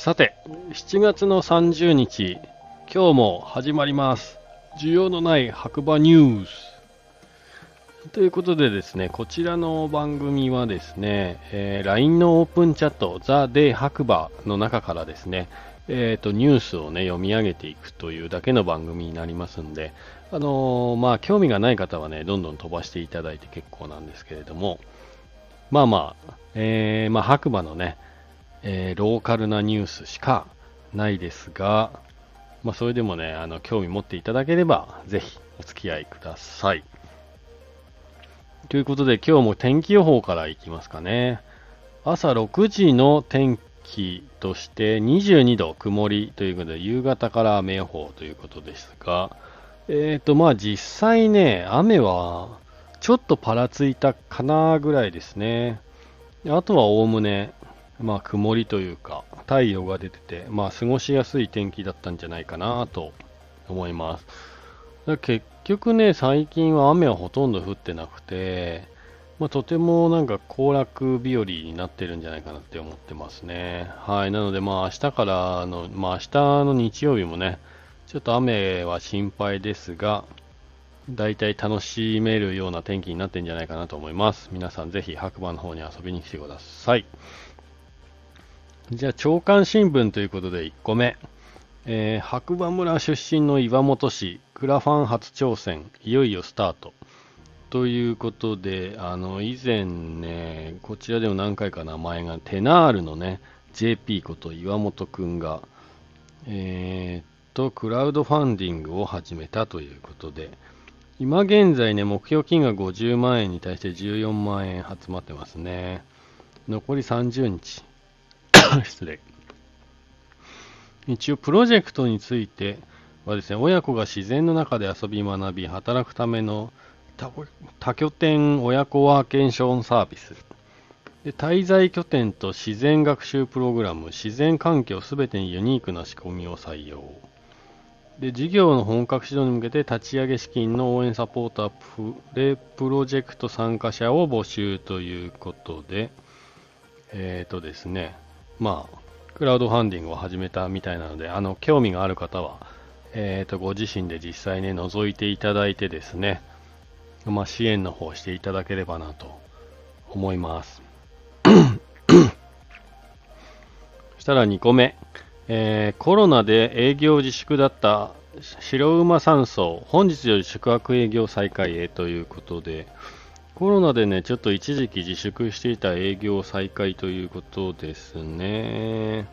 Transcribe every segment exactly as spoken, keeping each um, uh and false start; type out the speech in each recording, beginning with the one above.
さて、しちがつのさんじゅうにち、今日も始まります。需要のない白馬ニュース。ということでですね、こちらの番組はですね、えー、ライン のオープンチャット、ザ・デイ白馬の中からですね、えーと、ニュースをね、読み上げていくというだけの番組になりますんで、あのー、まあ、興味がない方はね、どんどん飛ばしていただいて結構なんですけれども、まあまあ、えー、まあ、白馬のね、えー、ローカルなニュースしかないですが、まあ、それでもね、あの興味持っていただければ、ぜひお付き合いください。ということで、今日も天気予報からいきますかね。朝ろくじの天気としてにじゅうにど曇りということで、夕方から雨予報ということですが、えーと、まあ実際ね、雨はちょっとパラついたかなぐらいですね。あとはおおむね、まあ曇りというか、太陽が出てて、まあ過ごしやすい天気だったんじゃないかなと思います。だ結局ね、最近は雨はほとんど降ってなくて、まあ、とてもなんか行楽日和になってるんじゃないかなって思ってますね。はい。なのでまあ明日からの、まあ明日の日曜日もね、ちょっと雨は心配ですが、だいたい楽しめるような天気になってるんじゃないかなと思います。皆さんぜひ白馬の方に遊びに来てください。じゃあ、朝刊新聞ということでいっこめ。えー、白馬村出身の岩本氏、クラファン初挑戦、いよいよスタート。ということで、あの、以前ね、こちらでも何回か名前が、テナールのね、ジェーピー こと岩本くんが、えー、っと、クラウドファンディングを始めたということで、今現在ね、目標金額ごじゅうまんえんに対してじゅうよんまんえん集まってますね。残りさんじゅうにち。失礼。一応プロジェクトについてはですね、親子が自然の中で遊び学び働くための多拠点親子ワーケーションサービスで、滞在拠点と自然学習プログラム、自然環境すべてにユニークな仕組みを採用で、事業の本格指導に向けて立ち上げ資金の応援サポータープレプロジェクト参加者を募集ということで、えっとですね、まあクラウドファンディングを始めたみたいなので、あの興味がある方は、えーと、ご自身で実際ね、覗いていただいてですね、まあ、支援の方していただければなと思います。そしたらにこめ、えー、コロナで営業自粛だった白馬山荘、本日より宿泊営業再開へということで、コロナでね、ちょっと一時期自粛していた営業再開ということですね。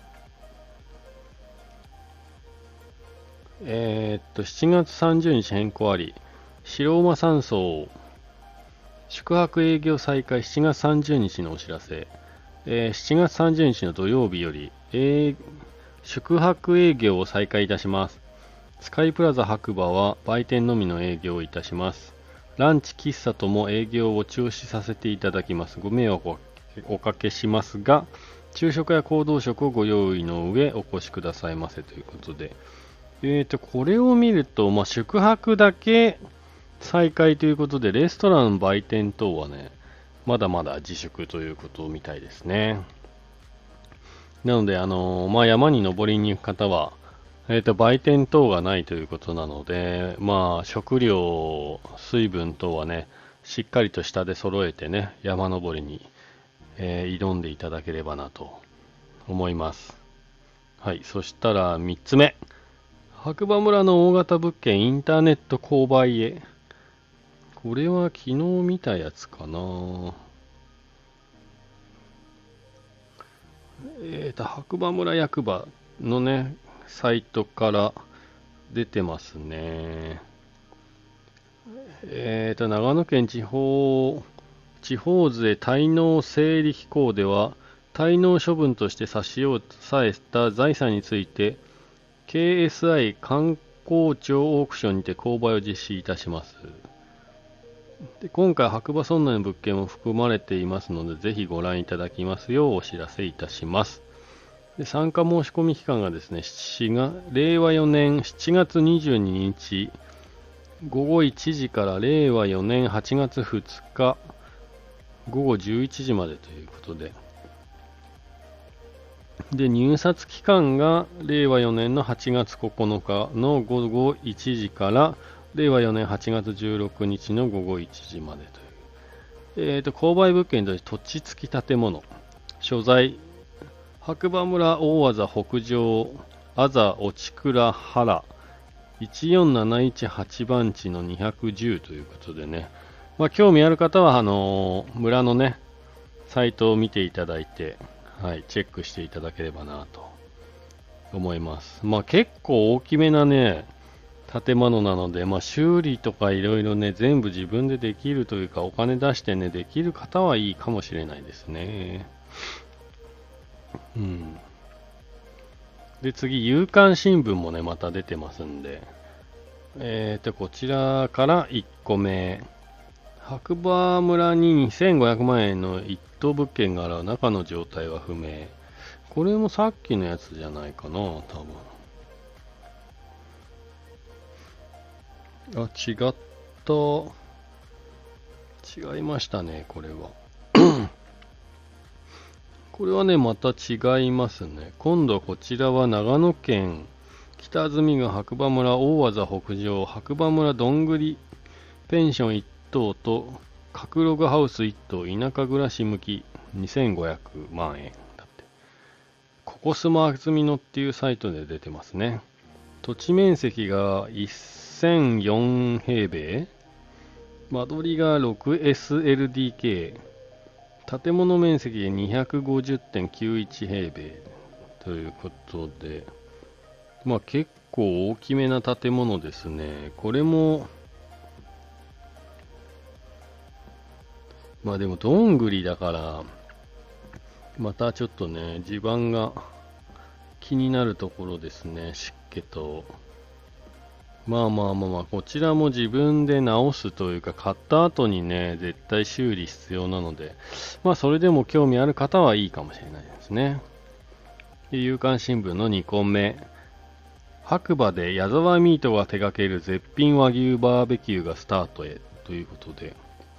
えー、っと、しちがつさんじゅうにち変更あり、白馬山荘、宿泊営業再開しちがつさんじゅうにちのお知らせ。えー、しちがつさんじゅうにちの土曜日より、えー、宿泊営業を再開いたします。スカイプラザ白馬は売店のみの営業をいたします。ランチ、喫茶とも営業を中止させていただきます。ご迷惑をおかけしますが、昼食や行動食をご用意の上お越しくださいませということで、えーと、これを見ると、まあ、宿泊だけ再開ということで、レストラン、売店等はね、まだまだ自粛ということみたいですね。なので、あのー、まあ、山に登りに行く方は、えーと、売店等がないということなので、まあ、食料、水分等はね、しっかりと下で揃えてね、山登りに、えー、挑んでいただければなと思います。はい、そしたらみっつめ。白馬村の大型物件インターネット購買へ。これは昨日見たやつかな。えーと、白馬村役場のね、サイトから出てますね。えーと、長野県地方、地方税滞納整理機構では、滞納処分として差し押さえた財産について、ケーエスアイ 観光庁オークションにて購買を実施いたします。で、今回白馬村内の物件も含まれていますので、ぜひご覧いただきますようお知らせいたします。で、参加申し込み期間がですね、れいわよねんしちがつにじゅうににちごごいちじかられいわよねんはちがつふつかごごじゅういちじまでということで、 で、入札期間がれいわよねんのはちがつここのかのごごいちじかられいわよねんはちがつじゅうろくにちのごごいちじまでという。えっ、ー、と、購買物件として土地付き建物。所在、白馬村大技北上、あざおちくら原、いちよんなないちはちばんちのにひゃくじゅうということでね。まあ、興味ある方は、あのー、村のね、サイトを見ていただいて、はい、チェックしていただければなと思います。まあ結構大きめなね、建物なので、まあ修理とかいろいろね、全部自分でできるというか、お金出してね、できる方はいいかもしれないですね。うん。で、次、夕刊新聞もね、また出てますんで、えーと、こちらからいっこめ。白馬村ににせんごひゃくまんえんの一棟物件がある中の状態は不明。これもさっきのやつじゃないかな、多分。あ、違った。違いましたね、これは。これはね、また違いますね。今度はこちらは長野県北住郡白馬村大技北上白馬村どんぐりペンション一棟と角ログハウス一棟田舎暮らし向きにせんごひゃくまんえんだって。ココスマあずみのっていうサイトで出てますね。土地面積がせんよんへいべい、間取りが ろくエスエルディーケー、建物面積 にひゃくごじゅってんきゅういちへいべいということで、まあ結構大きめな建物ですね。これもまあでもどんぐりだからまたちょっとね地盤が気になるところですね。湿気と、まあまあまあまあこちらも自分で直すというか買った後にね絶対修理必要なので、まあそれでも興味ある方はいいかもしれないですね。で、夕刊新聞のにこめ。白馬で矢沢ミートが手掛ける絶品和牛バーベキューがスタートへということで、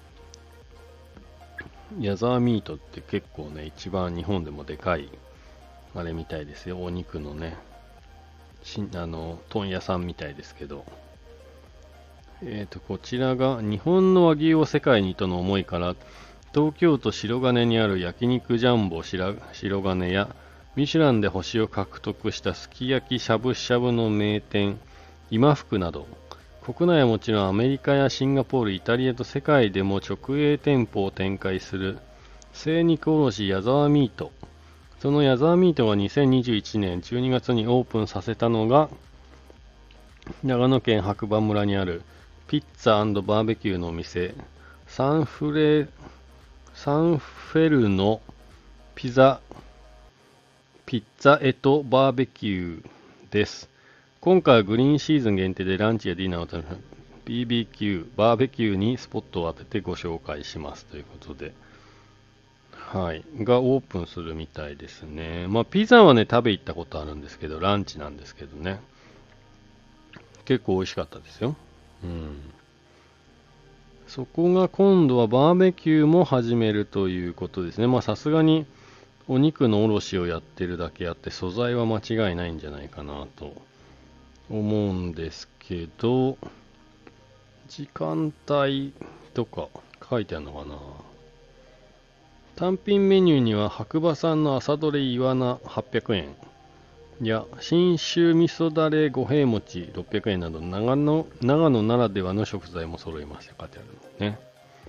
矢沢ミートって結構ね一番日本でもでかいあれみたいですよ。お肉のねしあの問屋さんみたいですけど、えーとこちらが日本の和牛を世界にとの思いから東京都白金にある焼肉ジャンボ白金やミシュランで星を獲得したすき焼きしゃぶしゃぶの名店今福など、国内はもちろんアメリカやシンガポール、イタリアと世界でも直営店舗を展開する精肉卸矢沢ミート。その矢沢ミートがにせんにじゅういちねんじゅうにがつにオープンさせたのが長野県白馬村にあるピッツァ&バーベキューのお店サンフレサンフェルノピザピッツァエトバーベキューです。今回はグリーンシーズン限定でランチやディナーを食べる ビービーキュー、バーベキューにスポットを当ててご紹介しますということで、はい、がオープンするみたいですね。まあピザはね食べ行ったことあるんですけど、ランチなんですけどね、結構美味しかったですよ。うん。そこが今度はバーベキューも始めるということですね。まあさすがにお肉の卸をやってるだけあって素材は間違いないんじゃないかなと思うんですけど、時間帯とか書いてあるのかな。単品メニューには白馬産の朝どれイワナはっぴゃくえんや信州味噌だれ五平餅ろっぴゃくえんなど長野、長野ならではの食材も揃いますって書いてあるね。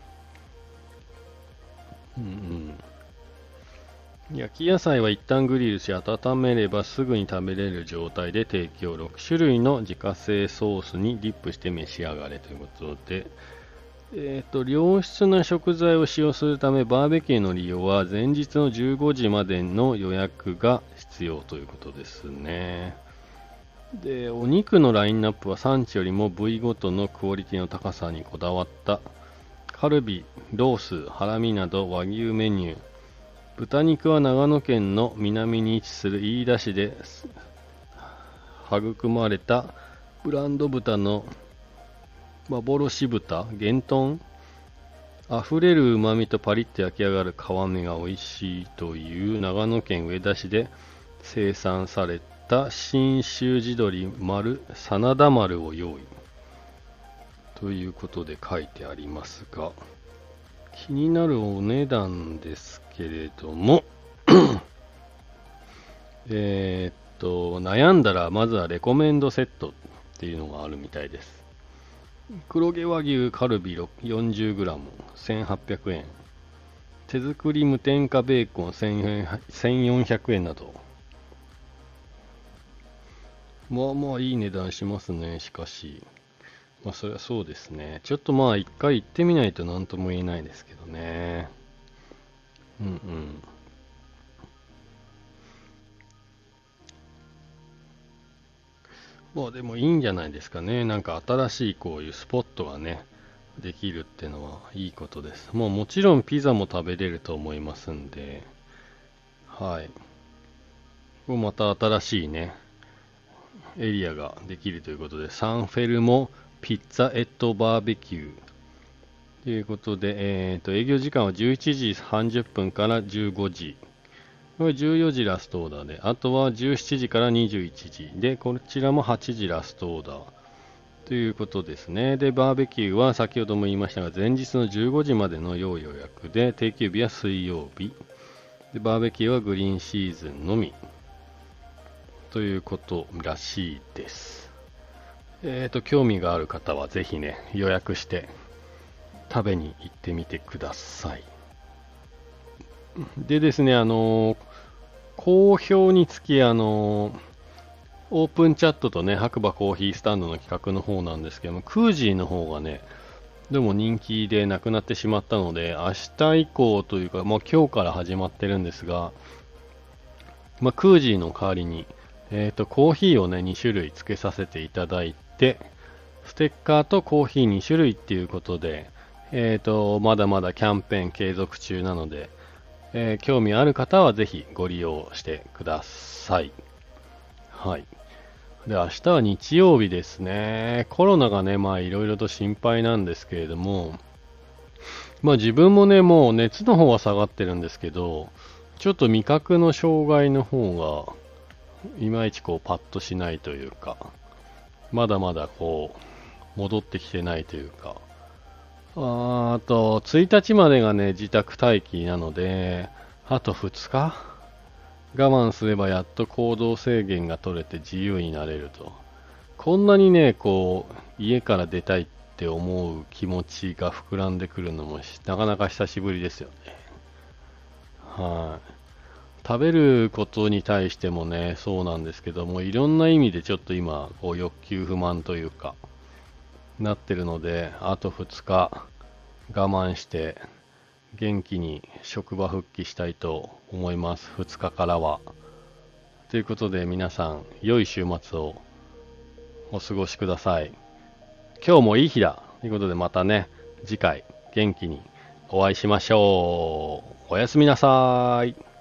うんうん。焼き野菜は一旦グリルし温めればすぐに食べれる状態で提供。ろくしゅるいの自家製ソースにディップして召し上がれということで、えっと良質な食材を使用するためバーベキューの利用は前日のじゅうごじまでの予約が必要ということですね。で、お肉のラインナップは産地よりも部位ごとのクオリティの高さにこだわったカルビ、ロース、ハラミなど和牛メニュー。豚肉は長野県の南に位置する飯田市で育まれたブランド豚の幻豚、原豚。あふれる旨味とパリッと焼き上がる皮目が美味しいという長野県上田市で生産された信州地鶏丸真田丸を用意ということで書いてありますが、気になるお値段ですけれどもえーっと悩んだらまずはレコメンドセットっていうのがあるみたいです。黒毛和牛カルビ よんじゅうグラム せんはっぴゃくえん、手作り無添加ベーコンせんよんひゃくえんなど、まあまあいい値段しますね。しかしまあそりゃそうですね。ちょっとまあ一回行ってみないと何とも言えないですけどね。うんうん。まあでもいいんじゃないですかね。なんか新しいこういうスポットがね、できるってのはいいことです。もうもちろんピザも食べれると思いますんで、はい。これまた新しいね、エリアができるということで、サンフェルモピッツァエットバーベキューということで、えーと、営業時間はじゅういちじさんじゅっぷんからじゅうごじ。これじゅうよじラストオーダーで、あとはじゅうしちじからにじゅういちじで、こちらもはちじラストオーダーということですね。で、バーベキューは先ほども言いましたが、前日のじゅうごじまでの要予約で、定休日は水曜日。で、バーベキューはグリーンシーズンのみということらしいです。えーと、興味がある方はぜひね、予約して食べに行ってみてください。でですね、あのー、好評につき、あのー、オープンチャットとね、白馬コーヒースタンドの企画の方なんですけども、クージーの方がね、でも人気でなくなってしまったので、明日以降というか、もう今日から始まってるんですが、まあ、クージーの代わりに、えっと、コーヒーをね、に種類付けさせていただいて、ステッカーとコーヒーに種類っていうことで、えっと、まだまだキャンペーン継続中なので、えー興味ある方はぜひご利用してください。はい。で、明日は日曜日ですね。コロナがね、まあいろいろと心配なんですけれども、まあ自分もね、もう熱の方は下がってるんですけど、ちょっと味覚の障害の方が、いまいちこうパッとしないというか、まだまだこう、戻ってきてないというか、あーあと、ついたちまでがね、自宅待機なので、あとふつか我慢すればやっと行動制限が取れて自由になれると。こんなにね、こう、家から出たいって思う気持ちが膨らんでくるのもしなかなか久しぶりですよね。はい。食べることに対してもね、そうなんですけども、いろんな意味でちょっと今、こう欲求不満というか、なってるので、あとふつか我慢して元気に職場復帰したいと思います。ふつかからは。ということで皆さん、良い週末をお過ごしください。今日もいい日だということでまたね、次回元気にお会いしましょう。おやすみなさい。